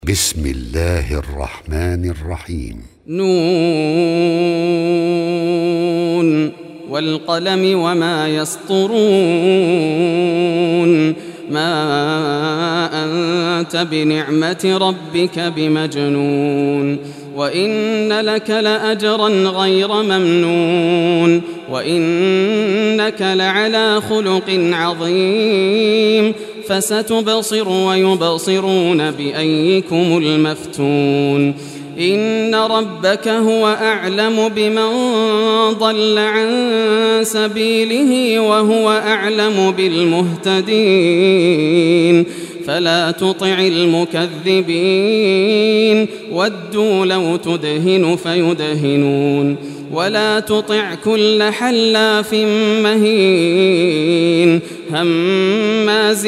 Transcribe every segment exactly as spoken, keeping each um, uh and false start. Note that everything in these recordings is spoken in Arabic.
بسم الله الرحمن الرحيم. نون والقلم وما يسطرون. ما أنت بنعمة ربك بمجنون. وإن لك لأجرا غير ممنون. وإنك لعلى خلق عظيم. فستبصر ويبصرون بأيكم المفتون. إن ربك هو أعلم بمن ضل عن سبيله وهو أعلم بالمهتدين. فلا تطع المكذبين ودوا لو تدهن فيدهنون. ولا تطع كل حلاف مهين هماز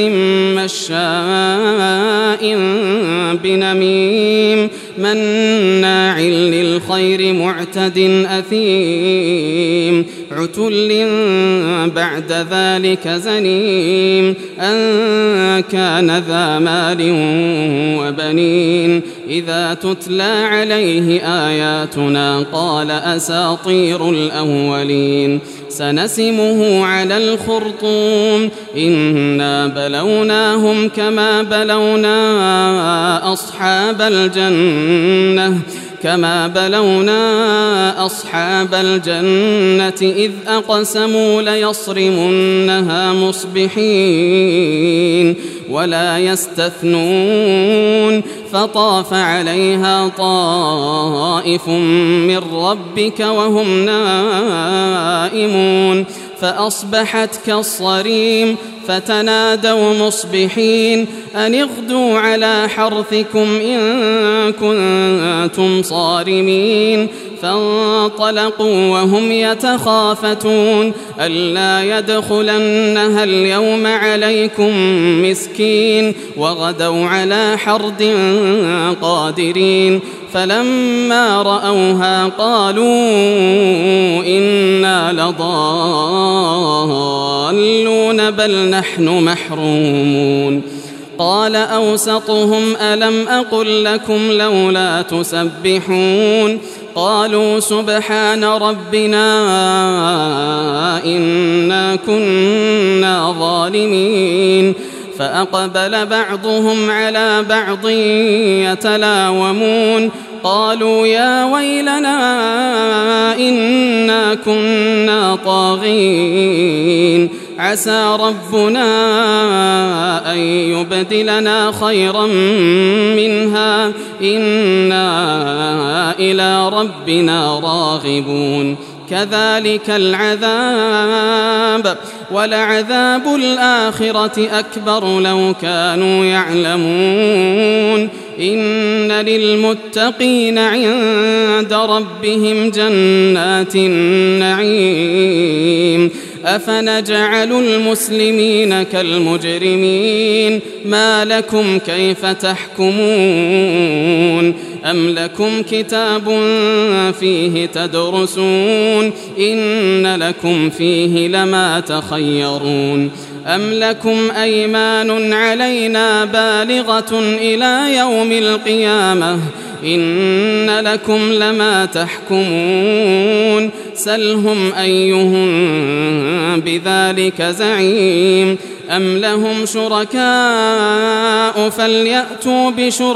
مشاء بنميم مناع للخير معتد أثيم عتل بعد ذلك زنيم أن كان ذا مال وبنين. إذا تتلى عليه آياتنا قال أساطير الأولين. سنسمه على الخرطوم. إنا بلوناهم كما بلونا أصحاب الجنة كما بلونا أصحاب الجنة إذ أقسموا ليصرمنها مصبحين ولا يستثنون. فطاف عليها طائف من ربك وهم نائمون فأصبحت كالصريم. فتنادوا مصبحين أن اغدوا على حرثكم إن كنتم صارمين. فانطلقوا وهم يتخافتون ألا يدخلنها اليوم عليكم مسكين. وغدوا على حرد قادرين. فلما رأوها قالوا إنا لضالون بل نحن محرومون. قال أوسطهم ألم أقل لكم لولا تسبحون. قالوا سبحان ربنا إنا كنا ظالمين. فأقبل بعضهم على بعض يتلاومون قالوا يا ويلنا إنا كنا طاغين. عسى ربنا أن يبدلنا خيرا منها إنا إلى ربنا راغبون. كذلك العذاب ولعذاب الآخرة أكبر لو كانوا يعلمون. إن للمتقين عند ربهم جنات النعيم. أفنجعل المسلمين كالمجرمين ما لكم كيف تحكمون. أم لكم كتاب فيه تدرسون إن لكم فيه لما تخيرون. أم لكم أيمان علينا بالغة إلى يوم القيامة إن لكم لما تحكمون. سلهم أيهم بذلك زعيم. أم لهم شركاء فليأتوا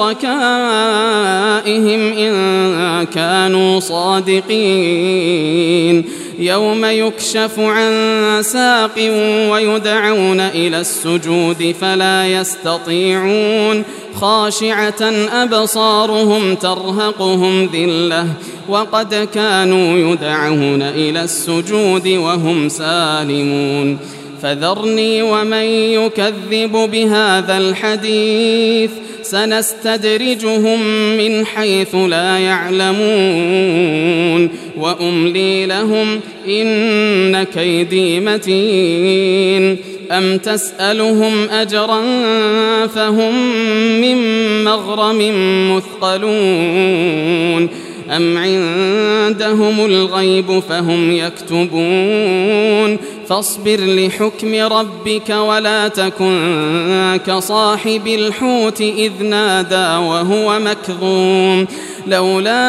بشركائهم إن كانوا صادقين. يوم يكشف عن ساق ويدعون إلى السجود فلا يستطيعون. خاشعة أبصارهم ترهقهم ذلة وقد كانوا يدعون إلى السجود وهم سالمون. فذرني ومن يكذب بهذا الحديث سنستدرجهم من حيث لا يعلمون. وأملي لهم إن كيدي متين. أم تسألهم أجرا فهم من مغرم مثقلون. أم عندهم الغيب فهم يكتبون فاصبر لحكم ربك ولا تكن كصاحب الحوت إذ نادى وهو مكظوم لولا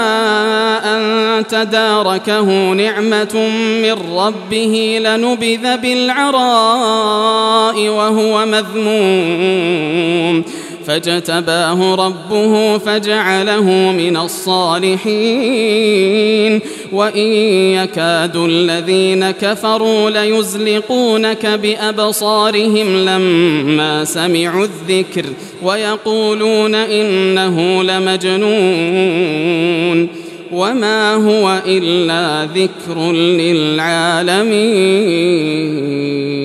أن تداركه نعمة من ربه لنبذ بالعراء وهو مذموم فاجتباه ربه فجعله من الصالحين وإن يكاد الذين كفروا ليزلقونك بأبصارهم لما سمعوا الذكر ويقولون إنه لمجنون وما هو إلا ذكر للعالمين.